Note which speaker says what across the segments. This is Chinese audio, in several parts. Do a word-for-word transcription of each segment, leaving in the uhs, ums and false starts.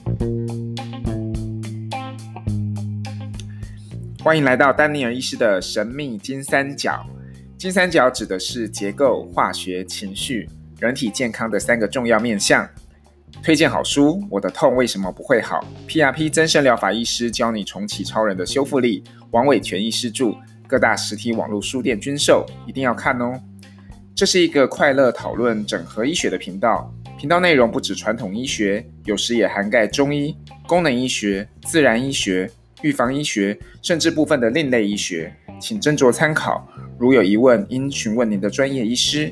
Speaker 1: 欢迎来到丹尼尔医师的神秘金三角。金三角指的是结构、化学、情绪、人体健康的三个重要面向。推荐好书，我的痛为什么不会好？ P R P 增生疗法医师教你重启超人的修复力。王伟全医师著，各大实体网络书店均售，一定要看哦。这是一个快乐讨论整合医学的频道，频道内容不止传统医学，有时也涵盖中医、功能医学、自然医学、预防医学，甚至部分的另类医学，请斟酌参考。如有疑问，应询问您的专业医师。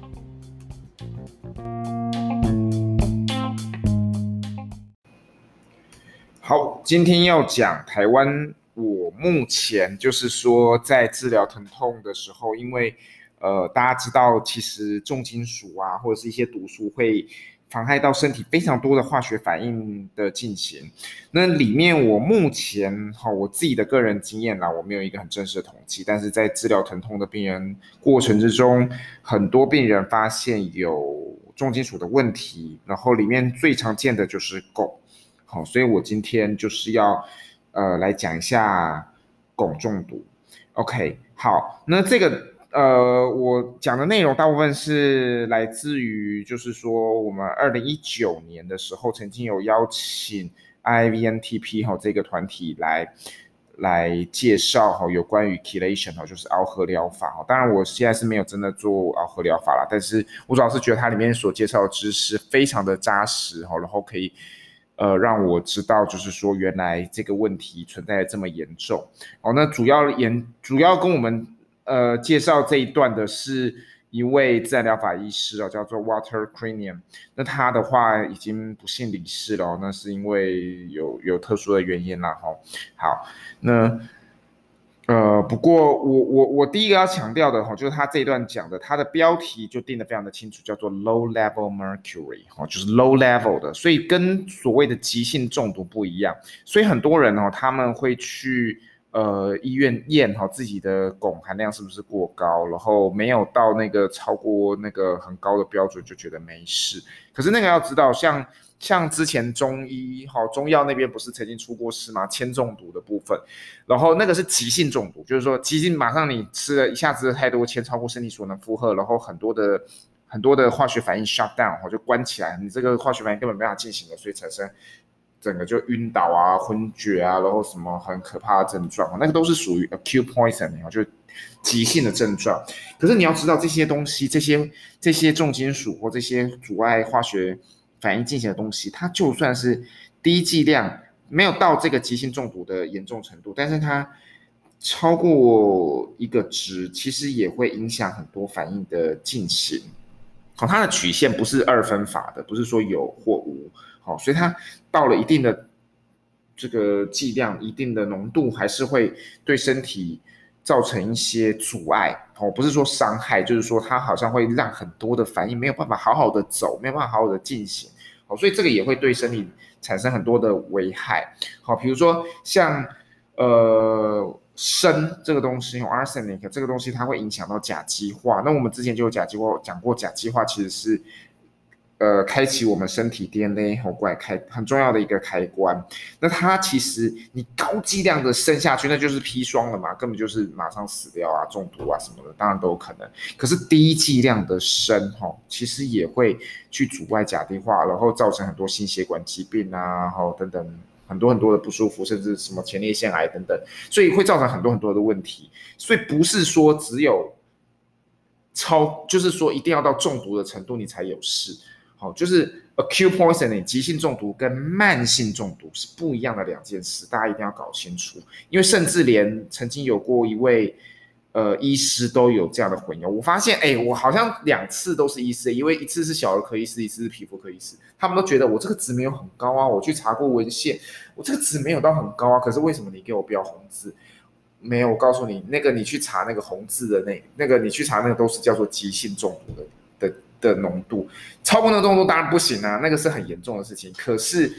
Speaker 1: 好，今天要讲台湾，我目前就是说在治疗疼痛的时候，因为呃大家知道，其实重金属啊，或者是一些毒素会妨害到身体非常多的化学反应的进行。那里面我目前好我自己的个人经验啦，我没有一个很正式的统计，但是在治疗疼痛的病人过程之中，很多病人发现有重金属的问题，然后里面最常见的就是汞。好，所以我今天就是要呃来讲一下汞中毒。OK， 好，那这个呃我讲的内容大部分是来自于，就是说我们二零一九年的时候曾经有邀请 I V N T P 哈这个团体来来介绍哈有关于 chelation 哈就是螯合疗法哈。当然我现在是没有真的做螯合疗法啦，但是我主要是觉得它里面所介绍的知识非常的扎实哈，然后可以。呃，让我知道，就是说，原来这个问题存在这么严重。哦，那主要研主要跟我们呃介绍这一段的是一位自然疗法医师哦，叫做 Walter Cranium。那他的话已经不幸离世了，那是因为有有特殊的原因啦。哈、哦，好，那。呃，不过我我我第一个要强调的哈，就是他这一段讲的，他的标题就定得非常的清楚，叫做 low level mercury 哈，就是 low level 的，所以跟所谓的急性中毒不一样。所以很多人哦，他们会去呃医院验哈自己的汞含量是不是过高，然后没有到那个超过那个很高的标准就觉得没事。可是那个要知道，像。像之前中医好中药那边不是曾经出过事吗？铅中毒的部分，然后那个是急性中毒，就是说急性马上你吃了一下子太多铅，超过身体所能负荷，然后很多的很多的化学反应 shut down 就关起来，你这个化学反应根本没办法进行了，所以产生整个就晕倒啊、昏厥啊，然后什么很可怕的症状，那个都是属于 acute poisoning 就急性的症状。可是你要知道这些东西，这些这些重金属或这些阻碍化学反应进行的东西，它就算是低剂量，没有到这个急性中毒的严重程度，但是它超过一个值，其实也会影响很多反应的进行。好，它的曲线不是二分法的，不是说有或无。好，所以它到了一定的这个剂量、一定的浓度，还是会对身体造成一些阻碍。哦，不是说伤害，就是说它好像会让很多的反应没有办法好好的走，没有办法好好的进行。好，所以这个也会对身体产生很多的危害。好，比如说像呃砷这个东西 ，arsenic 这个东西，它会影响到甲基化。那我们之前就有甲基化讲过，甲基化其实是呃开启我们身体 D N A 后怪开很重要的一个开关。那它其实你高剂量的砷下去，那就是砒霜了嘛，根本就是马上死掉啊、中毒啊什么的，当然都有可能。可是低剂量的砷哈，其实也会去阻碍甲基化，然后造成很多心血管疾病啊，然后等等。很多很多的不舒服，甚至什么前列腺癌等等，所以会造成很多很多的问题。所以不是说只有超，就是说一定要到中毒的程度你才有事。好，就是 acute poisoning 急性中毒跟慢性中毒是不一样的两件事，大家一定要搞清楚。因为甚至连曾经有过一位呃医师都有这样的混淆。我发现，哎，我好像两次都是医师，因为一次是小儿科医师，一次是皮肤科医师，他们都觉得我这个值没有很高啊，我去查过文献，我这个值没有到很高啊，可是为什么你给我标红字？没有，我告诉你，那个你去查那个红字的那那个你去查那个都是叫做急性中毒的的的浓度，超过那个浓度当然不行啊，那个是很严重的事情。可是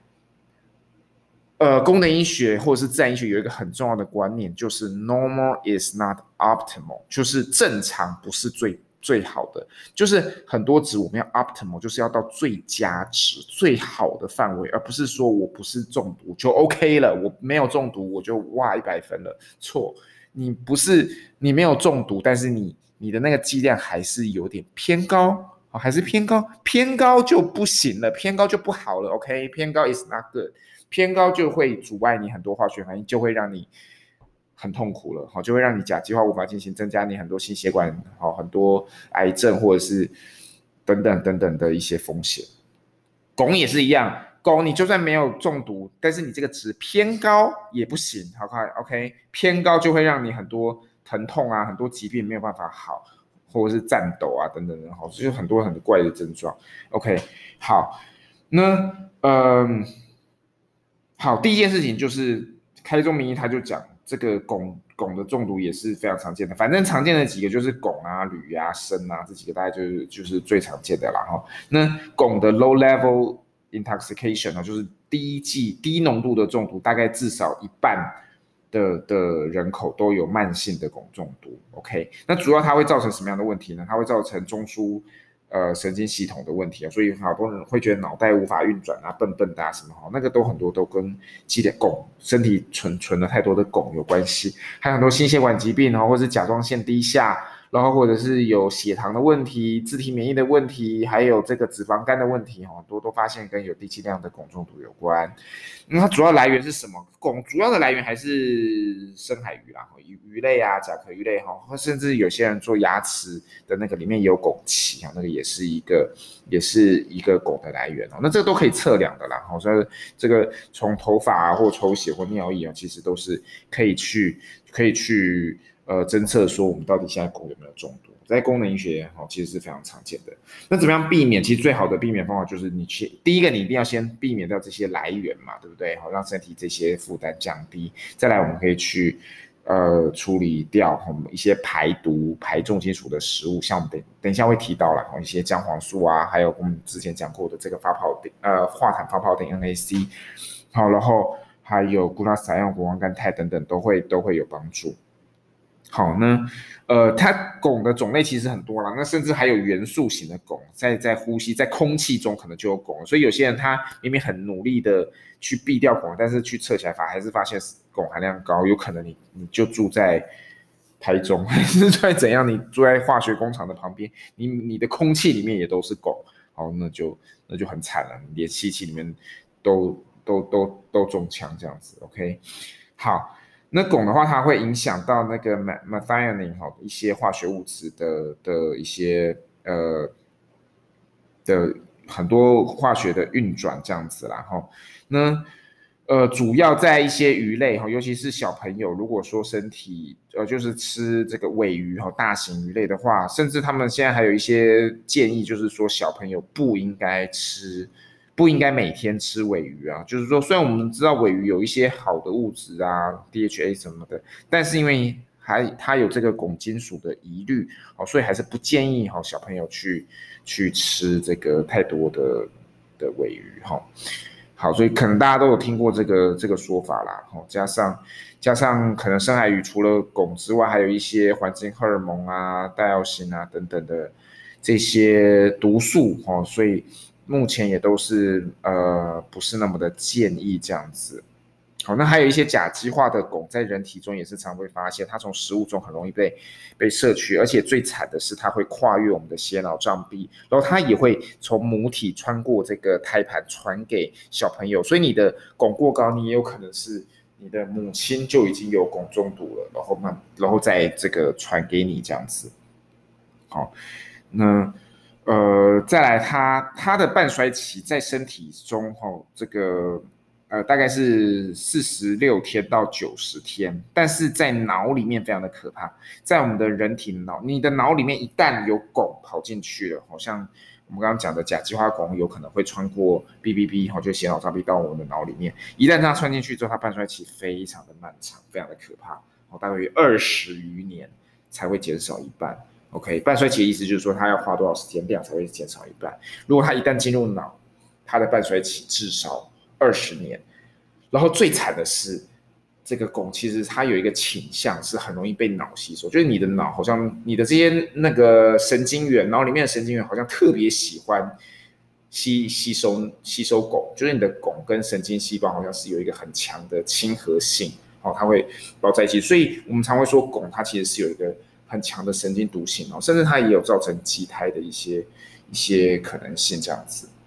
Speaker 1: 呃，功能医学或者是自然医学有一个很重要的观念，就是 normal is not optimal， 就是正常不是最最好的，就是很多值我们要 optimal， 就是要到最佳值最好的范围，而不是说我不是中毒就 OK 了，我没有中毒我就哇一百分了，错，你不是你没有中毒，但是你你的那个剂量还是有点偏高。还是偏高，偏高就不行了，偏高就不好了 ，OK， 偏高 is not good， 偏高就会阻碍你很多化学反应，就会让你很痛苦了，就会让你甲基化无法进行，增加你很多心血管，很多癌症或者是等等等等的一些风险。汞也是一样，汞你就算没有中毒，但是你这个值偏高也不行，好看 ，OK， 偏高就会让你很多疼痛啊，很多疾病没有办法好。或者是颤抖啊等等的，好，就是很多很怪的症状。OK， 好，那嗯，好，第一件事情就是开宗明义，他就讲这个汞汞的中毒也是非常常见的，反正常见的几个就是汞啊、铝啊、砷啊这几个大概就是就是最常见的啦哈。那汞的 low level intoxication 呢，就是低剂低浓度的中毒，大概至少一半。的, 的人口都有慢性的汞中毒 ，OK， 那主要它会造成什么样的问题呢？它会造成中枢呃神经系统的问题啊，所以好多人会觉得脑袋无法运转啊、笨笨的啊什么哈，那个都很多都跟积累汞身体存存了太多的汞有关系，还有很多心血管疾病哦，或是甲状腺低下。然后或者是有血糖的问题、自体免疫的问题，还有这个脂肪肝的问题，很多都发现跟有低剂量的汞中毒有关。那它主要来源是什么？汞主要的来源还是深海鱼啦，鱼鱼类啊、甲壳鱼类哈，甚至有些人做牙齿的那个里面也有汞气啊，那个也是一个也是一个汞的来源哦。那这个都可以测量的啦，所以这个从头发啊或抽血或尿液啊，其实都是可以去可以去。呃，侦测说我们到底现在汞有没有中毒，在功能医学哦，其实是非常常见的。那怎么样避免？其实最好的避免方法就是你去，第一个你一定要先避免掉这些来源嘛，对不对？好，让身体这些负担降低。再来，我们可以去呃处理掉我们一些排毒、排重金属的食物，像我们等等一下会提到了一些姜黄素啊，还有我们之前讲过的这个发泡锭呃化痰发泡锭 N A C， 好，然后还有谷氨酰胺、谷胱甘肽等等都会都会有帮助。好呢，呃，它汞的种类其实很多啦，那甚至还有元素型的汞，在在呼吸在空气中可能就有汞，所以有些人他明明很努力的去避掉汞，但是去测起来发还是发现汞含量高，有可能你你就住在台中，还是在怎样，你住在化学工厂的旁边，你你的空气里面也都是汞，好，那就那就很惨了，你连气气里面都都都都中枪这样子 ，OK， 好。那汞的话，它会影响到那个 methionine 哈一些化学物质的的一些呃的很多化学的运转这样子啦哈。那呃主要在一些鱼类哈，尤其是小朋友，如果说身体呃就是吃这个尾鱼哈大型鱼类的话，甚至他们现在还有一些建议，就是说小朋友不应该吃。不应该每天吃鲔鱼啊，就是说，虽然我们知道鲔鱼有一些好的物质啊 ，D H A 什么的，但是因为还它有这个汞金属的疑虑，哦，所以还是不建议哈小朋友去去吃这个太多的的鲔鱼哈。好，所以可能大家都有听过这个这个说法啦，哦，加上加上可能深海鱼除了汞之外，还有一些环境荷尔蒙啊、戴奥辛啊等等的这些毒素哦，所以。目前也都是呃不是那么的建议这样子。好，那还有一些甲基化的汞在人体中也是常会发现，它从食物中很容易被被摄取，而且最惨的是它会跨越我们的血脑障壁，然后它也会从母体穿过这个胎盘传给小朋友，所以你的汞过高，你也有可能是你的母亲就已经有汞中毒了，然后慢然后再这个传给你这样子。好，那。呃，再来它，它的半衰期在身体中，吼，这个呃大概是四十六天到九十天，但是在脑里面非常的可怕，在我们的人体脑，你的脑里面一旦有汞跑进去了，好像我们刚刚讲的甲基化汞有可能会穿过 B B B， 就血脑障壁到我们的脑里面，一旦它穿进去之后，它半衰期非常的漫长，非常的可怕，大概二十余年才会减少一半。OK， 半衰期的意思就是说，它要花多少时间量才会减少一半。如果它一旦进入脑，它的半衰期至少二十年。然后最惨的是， 这个汞其实它有一个倾向是很容易被脑吸收，就是你的脑好像你的这些那个神经元，脑里面的神经元好像特别喜欢吸吸收吸收汞，就是你的汞跟神经细胞好像是有一个很强的亲和性，哦，它会包在一起，所以我们常会说汞它其实是有一个很强的神经毒性哦，甚至它也有造成畸胎的一些一些可能性这样子。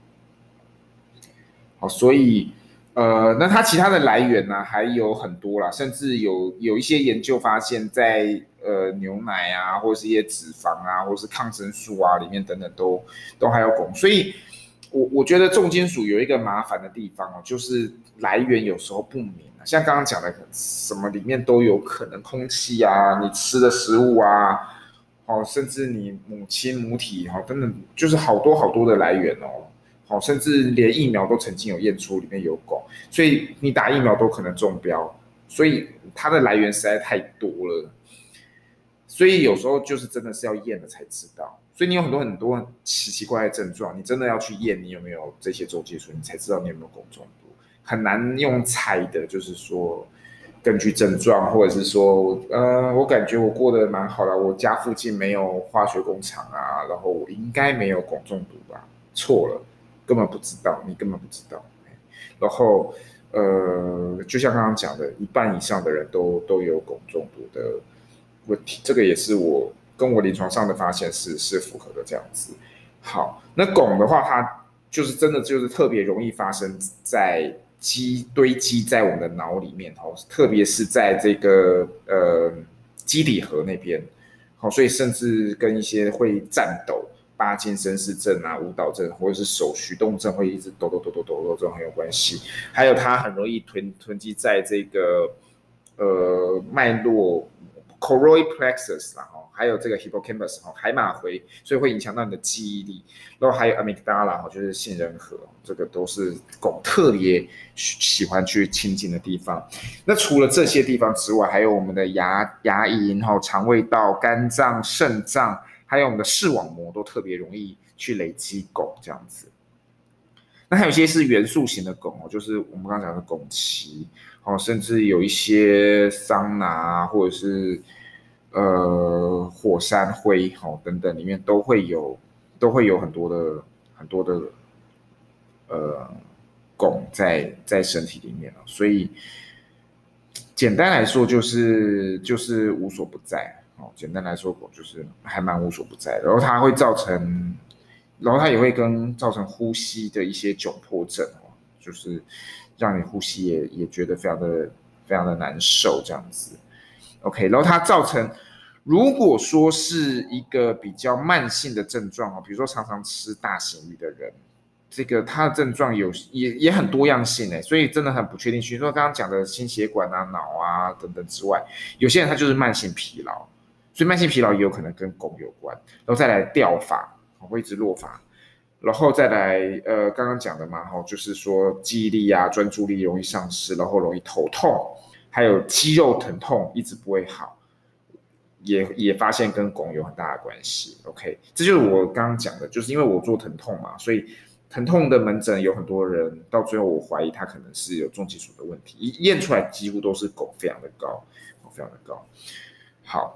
Speaker 1: 好，所以呃，那它其他的来源呢、啊、还有很多啦，甚至有有一些研究发现在，呃牛奶啊，或者是一些脂肪啊，或者是抗生素啊里面等等都都还有汞，所以我我觉得重金属有一个麻烦的地方哦，就是来源有时候不明啊，像刚刚讲的什么里面都有可能，空气啊，你吃的食物啊，哦，甚至你母亲母体哈、哦，等等，就是好多好多的来源哦。好，甚至连疫苗都曾经有验出里面有汞，所以你打疫苗都可能中标，所以它的来源实在太多了，所以有时候就是真的是要验了才知道。所以你有很多很多奇奇怪怪的症状，你真的要去验你有没有这些重金属，你才知道你有没有汞中毒，很难用猜的，就是说根据症状，或者是说，呃，我感觉我过得蛮好的，我家附近没有化学工厂啊，然后我应该没有汞中毒吧？错了。根本不知道，你根本不知道。然后，呃，就像刚刚讲的，一半以上的人都都有汞中毒的问题，这个也是我跟我临床上的发现是是符合的这样子。好，那汞的话，它就是真的就是特别容易发生在积堆积在我们的脑里面，哦，特别是在这个呃基底核那边，好，所以甚至跟一些会颤抖。巴金森氏症啊、舞蹈症或者是手虚动症会一直抖抖抖抖抖抖这种很有关系。还有它很容易囤囤积在这个呃脉络 choroid plexus 啦，还有这个 hippocampus 海马回，所以会影响到你的记忆力。然后还有 amygdala 就是杏仁核，这个都是汞特别喜欢去亲近的地方。那除了这些地方之外，还有我们的牙牙龈、肠胃道、肝脏、肾脏。还有我们的视网膜都特别容易去累积汞这样子。那还有一些是元素型的汞哦，就是我们刚刚讲的汞齐哦，甚至有一些桑拿或者是呃火山灰哦等等，里面都会有都会有很多的很多的呃汞在在身体里面哦，所以简单来说就是就是无所不在。哦，简单来说，汞就是还蛮无所不在的，然后它会造成，然后它也会跟造成呼吸的一些窘迫症哦，就是让你呼吸也也觉得非常的非常的难受这样子。OK， 然后它造成，如果说是一个比较慢性的症状哦，比如说常常吃大型鱼的人，这个它的症状有也也很多样性诶，所以真的很不确定。除了刚刚讲的心血管啊、脑啊等等之外，有些人他就是慢性疲劳。所以慢性疲劳也有可能跟汞有关，然后再来掉发，会一直落发，然后再来呃刚刚讲的嘛，哈，就是说记忆力啊、专注力容易丧失，然后容易头痛，还有肌肉疼痛一直不会好，也也发现跟汞有很大的关系。OK， 这就是我刚刚讲的，就是因为我做疼痛嘛，所以疼痛的门诊有很多人，到最后我怀疑他可能是有重金属的问题，一验出来几乎都是汞非常的高，非常的高。好。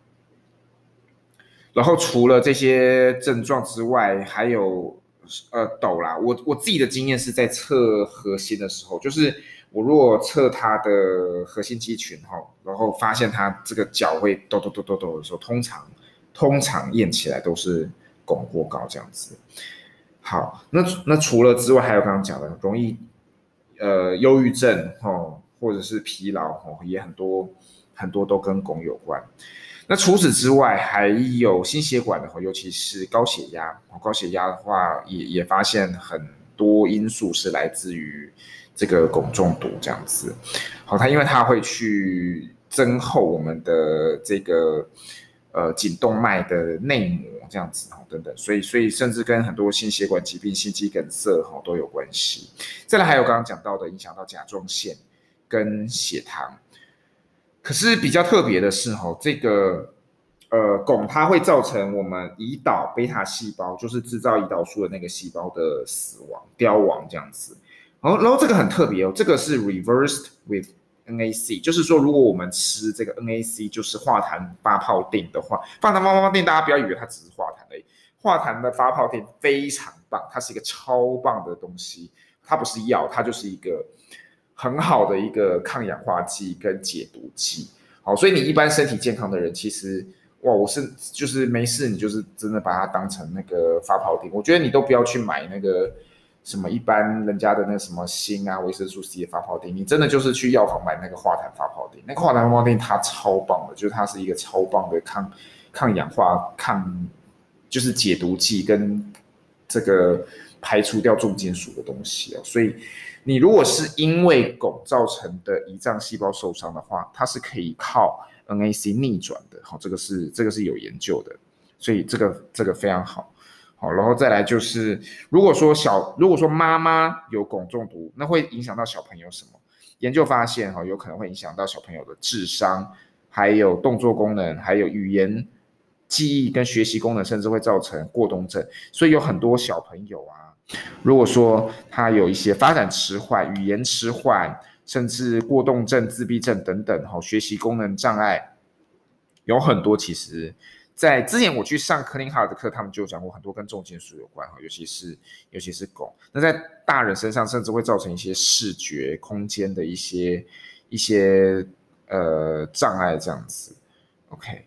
Speaker 1: 然后除了这些症状之外，还有呃抖啦。我我自己的经验是在测核心的时候，就是我如果测它的核心肌群哈，然后发现它这个脚会抖抖抖抖抖的时候，通常通常验起来都是汞过高这样子。好，那那除了之外，还有刚刚讲的容易呃忧郁症哦，或者是疲劳哦，也很多很多都跟汞有关。那除此之外，还有心血管的话，尤其是高血压。高血压的话也，也也发现很多因素是来自于这个汞中毒这样子。好，它因为它会去增厚我们的这个呃颈动脉的内膜这样子，等等，所以所以甚至跟很多心血管疾病、心肌梗塞都有关系。再来还有刚刚讲到的，影响到甲状腺跟血糖。可是比较特别的是，哈，这个呃汞它会造成我们胰岛贝塔细胞，就是制造胰岛素的那个细胞的死亡、凋亡这样子。然后，然后这个很特别哦，这个是 reversed with N A C， 就是说，如果我们吃这个 N A C， 就是化痰发泡锭的话，化痰发泡锭大家不要以为它只是化痰而已，化痰的发泡锭非常棒，它是一个超棒的东西，它不是药，它就是一个很好的一个抗氧化剂跟解毒剂。好，所以你一般身体健康的人，其实哇，我是就是没事，你就是真的把它当成那个发泡锭，我觉得你都不要去买那个。什么一般人家的那什么锌啊、维生素 C 的发泡锭，你真的就是去药房买那个化痰发泡锭。那个化痰发泡锭它超棒的，就是它是一个超棒的抗抗氧化、抗就是解毒剂跟这个排除掉重金属的东西哦。所以你如果是因为汞造成的胰脏细胞受伤的话，它是可以靠 N A C 逆转的。好，这个是这个是有研究的，所以这个这个非常好。好，然后再来就是，如果说小，如果说妈妈有汞中毒，那会影响到小朋友什么？研究发现，哈，有可能会影响到小朋友的智商，还有动作功能，还有语言、记忆跟学习功能，甚至会造成过动症。所以有很多小朋友啊，如果说他有一些发展迟缓、语言迟缓，甚至过动症、自闭症等等，哈，学习功能障碍，有很多其实。在之前我去上 Clean Heart 的课，他们就讲过很多跟重金属有关，尤其是尤其是汞。那在大人身上，甚至会造成一些视觉空间的一些一些呃障碍，这样子。OK，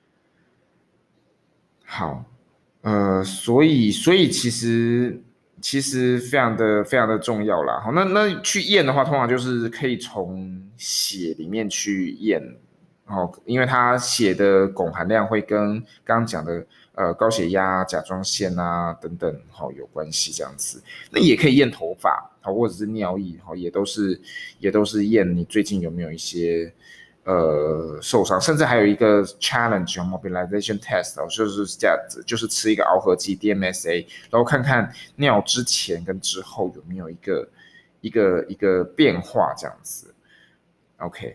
Speaker 1: 好，呃，所以所以其实其实非常的非常的重要啦。好，那那去验的话，通常就是可以从血里面去验。哦，因为它血的汞含量会跟刚刚讲的呃高血压、甲状腺啊等等，好、哦、有关系这样子。那也可以验头发，好、哦、或者是尿液，好、哦、也都是也都是验你最近有没有一些呃受伤，甚至还有一个 challenge mobilization test，、哦、就是这样子，就是吃一个螯合剂 D M S A， 然后看看尿之前跟之后有没有一个一个一个变化这样子。OK。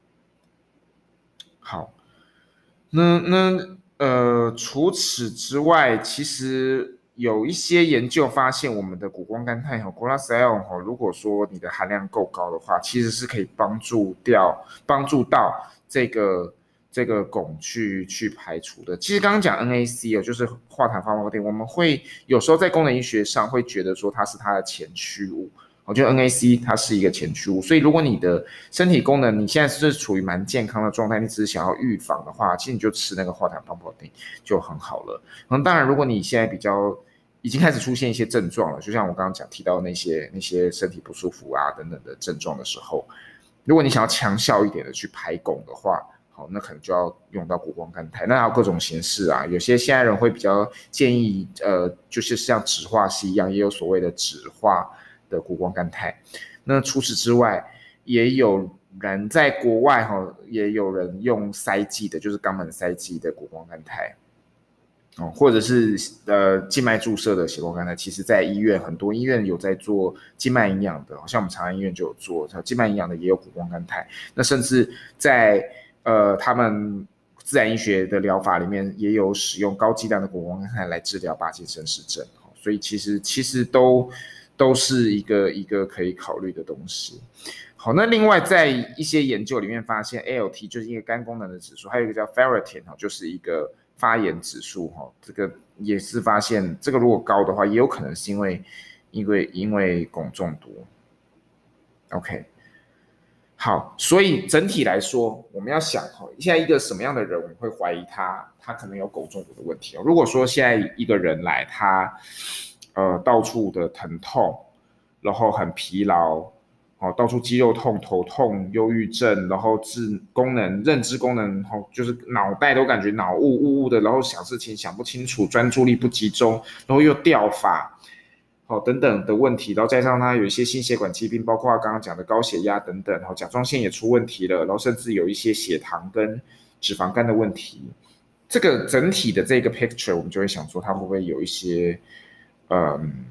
Speaker 1: 好，那那呃，除此之外，其实有一些研究发现，我们的谷胱甘肽和 glutathione 哈，如果说你的含量够高的话，其实是可以帮助掉、帮助到这个这个汞去去排除的。其实刚刚讲 N A C 哦，就是化痰发泡锭，我们会有时候在功能医学上会觉得说它是它的前驱物。我觉得 N A C 它是一个前驱物，所以如果你的身体功能你现在是处于蛮健康的状态，你只是想要预防的话，其实你就吃那个化痰发泡锭就很好了。那当然，如果你现在比较已经开始出现一些症状了，就像我刚刚讲提到那些那些身体不舒服啊等等的症状的时候，如果你想要强效一点的去排汞的话，好，那可能就要用到谷胱甘肽。那还有各种形式啊，有些现在人会比较建议，呃，就是像酯化系一样，也有所谓的酯化的谷胱甘肽。那除此之外，也有人在国外哈，也有人用塞剂的，就是肛门塞剂的谷胱甘肽，哦，或者是呃静脉注射的血管甘肽。其实，在医院很多医院有在做静脉营养的，好像我们长安医院就有做，静脉营养的也有谷胱甘肽。那甚至在呃他们自然医学的疗法里面，也有使用高剂量的谷胱甘肽来治疗帕金森氏症。所以其实其实都。都是一个一个可以考虑的东西。好，那另外在一些研究里面发现 ，A L T 就是一个肝功能的指数，还有一个叫 ferritin 就是一个发炎指数哈，这个也是发现这个如果高的话，也有可能是因为因为因为汞中毒。OK， 好，所以整体来说，我们要想哈，现在一个什么样的人，我们会怀疑他他可能有汞中毒的问题哦。如果说现在一个人来，他呃，到处的疼痛，然后很疲劳，哦，到处肌肉痛、头痛、忧郁症，然后智功能、认知功能，哦，就是脑袋都感觉脑雾雾雾的，然后想事情想不清楚，专注力不集中，然后又掉发，哦，等等的问题，然后加上他有一些心血管疾病，包括刚刚讲的高血压等等，然后甲状腺也出问题了，然后甚至有一些血糖跟脂肪肝的问题，这个整体的这个 picture， 我们就会想说，他会不会有一些嗯，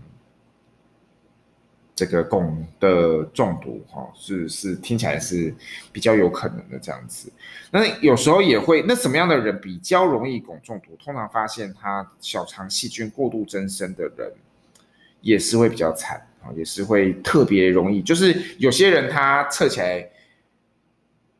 Speaker 1: 这个汞的中毒哈、哦，是是听起来是比较有可能的这样子。那有时候也会，那什么样的人比较容易汞中毒？通常发现他小肠细菌过度增生的人，也是会比较惨啊、哦，也是会特别容易。就是有些人他测起来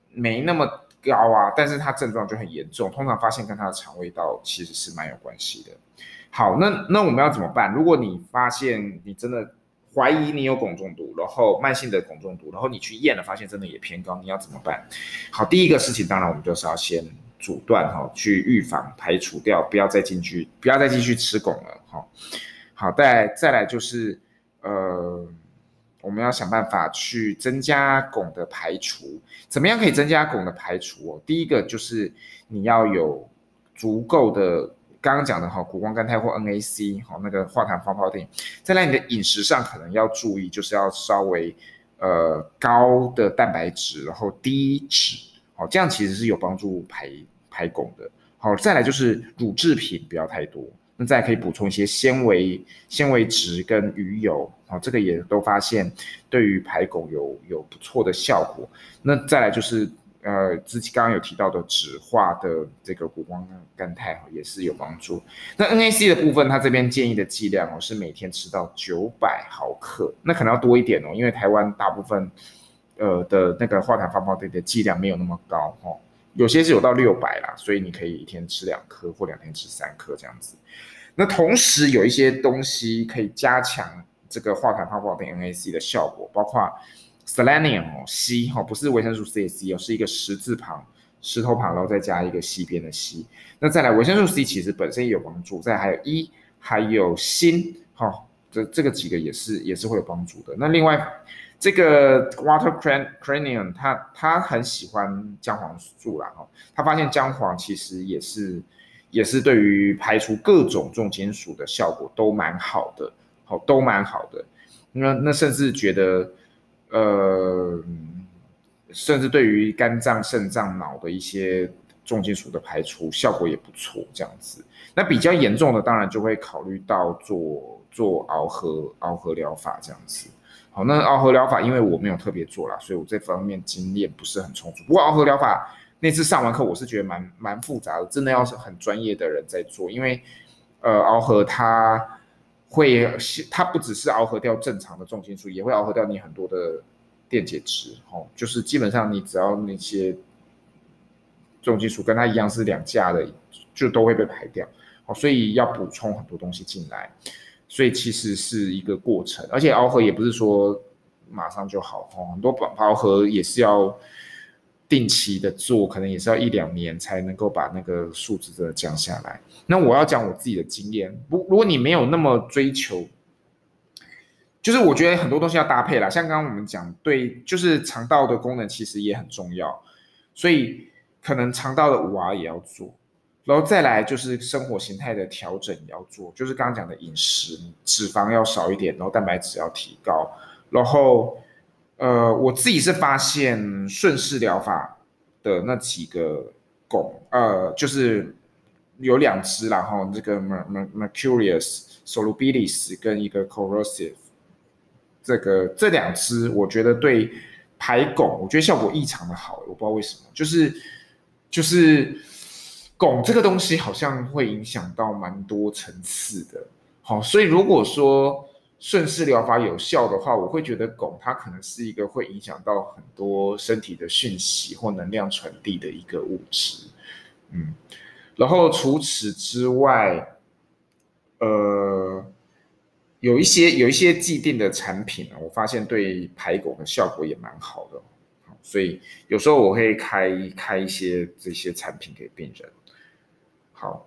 Speaker 1: 没那么高啊，但是它症状就很严重，通常发现跟它的肠胃道其实是蛮有关系的。好，那那我们要怎么办？如果你发现你真的怀疑你有汞中毒，然后慢性的汞中毒，然后你去验了发现真的也偏高，你要怎么办？好，第一个事情当然我们就是要先阻断哈，去预防排除掉，不要再进去，不要再继续吃汞了哈。好，再来再来就是呃，我们要想办法去增加汞的排除。怎么样可以增加汞的排除哦？第一个就是你要有足够的。刚刚讲的哈，谷胱甘肽或 N A C 哈，那个化痰芳泡定。再来，你的饮食上可能要注意，就是要稍微呃高的蛋白质，然后低脂，好，这样其实是有帮助排排汞的。好，再来就是乳制品不要太多，那再来可以补充一些纤维、纤维质跟鱼油，好，这个也都发现对于排汞有有不错的效果。那再来就是。呃，之前刚刚有提到的酯化的这个谷胱甘肽也是有帮助。那 N A C 的部分，它这边建议的剂量哦是每天吃到九百毫克，那可能要多一点哦，因为台湾大部分呃的那个化痰芳泡定的剂量没有那么高哦，有些是有到六百啦，所以你可以一天吃两颗或两天吃三颗这样子。那同时有一些东西可以加强这个化痰芳泡定 N A C 的效果，包括。Selenium 哦，硒哦，不是维生素 C 的 C 哦，是一个石字旁、石头旁，然后再加一个西边的西。那再来，维生素 C 其实本身也有帮助，再来还有 E， 还有锌，哈、哦，这这个几个也是也是会有帮助的。那另外，这个 Water Cranium 他他很喜欢姜黄素啦，哈、哦，他发现姜黄其实也是也是对于排除各种重金属的效果都蛮好的，好、哦，都蛮好的。那那甚至觉得。呃，甚至对于肝脏、肾脏、脑的一些重金属的排除效果也不错，这样子。那比较严重的，当然就会考虑到做做螯合螯合疗法这样子。好，那螯合疗法因为我没有特别做啦，所以我这方面经验不是很充足。不过螯合疗法那次上完课，我是觉得蛮蛮复杂的，真的要是很专业的人在做，因为呃螯合它。会，它不只是螯合掉正常的重金属，也会螯合掉你很多的电解质，哦，就是基本上你只要那些重金属跟它一样是两价的，就都会被排掉，哦，所以要补充很多东西进来，所以其实是一个过程，而且螯合也不是说马上就好，哦，很多螯合也是要定期的做，可能也是要一两年才能够把那个数值真的降下来。那我要讲我自己的经验，如果你没有那么追求，就是我觉得很多东西要搭配啦，像刚刚我们讲，对，就是肠道的功能其实也很重要，所以可能肠道的五 R 也要做，然后再来就是生活形态的调整也要做，就是刚刚讲的饮食，脂肪要少一点，然后蛋白质要提高，然后。呃，我自己是发现顺势疗法的那几个汞，呃，就是有两支啦，哈，这个 mercurius solubilis 跟一个 corrosive， 这个这两支我觉得对排汞，我觉得效果异常的好，我不知道为什么，就是就是汞这个东西好像会影响到蛮多层次的，好，所以如果说。顺势疗法有效的话，我会觉得汞它可能是一个会影响到很多身体的讯息或能量传递的一个物质，嗯，然后除此之外，呃，有一些有一些既定的产品，我发现对排汞的效果也蛮好的，所以有时候我会开开一些这些产品给病人，好。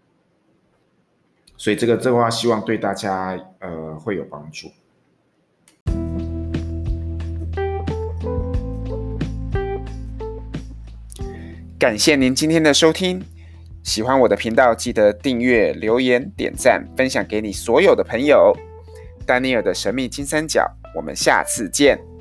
Speaker 1: 所以这个这个话，希望对大家呃会有帮助。感谢您今天的收听，喜欢我的频道记得订阅、留言、点赞、分享给你所有的朋友。丹尼尔的神秘金三角，我们下次见。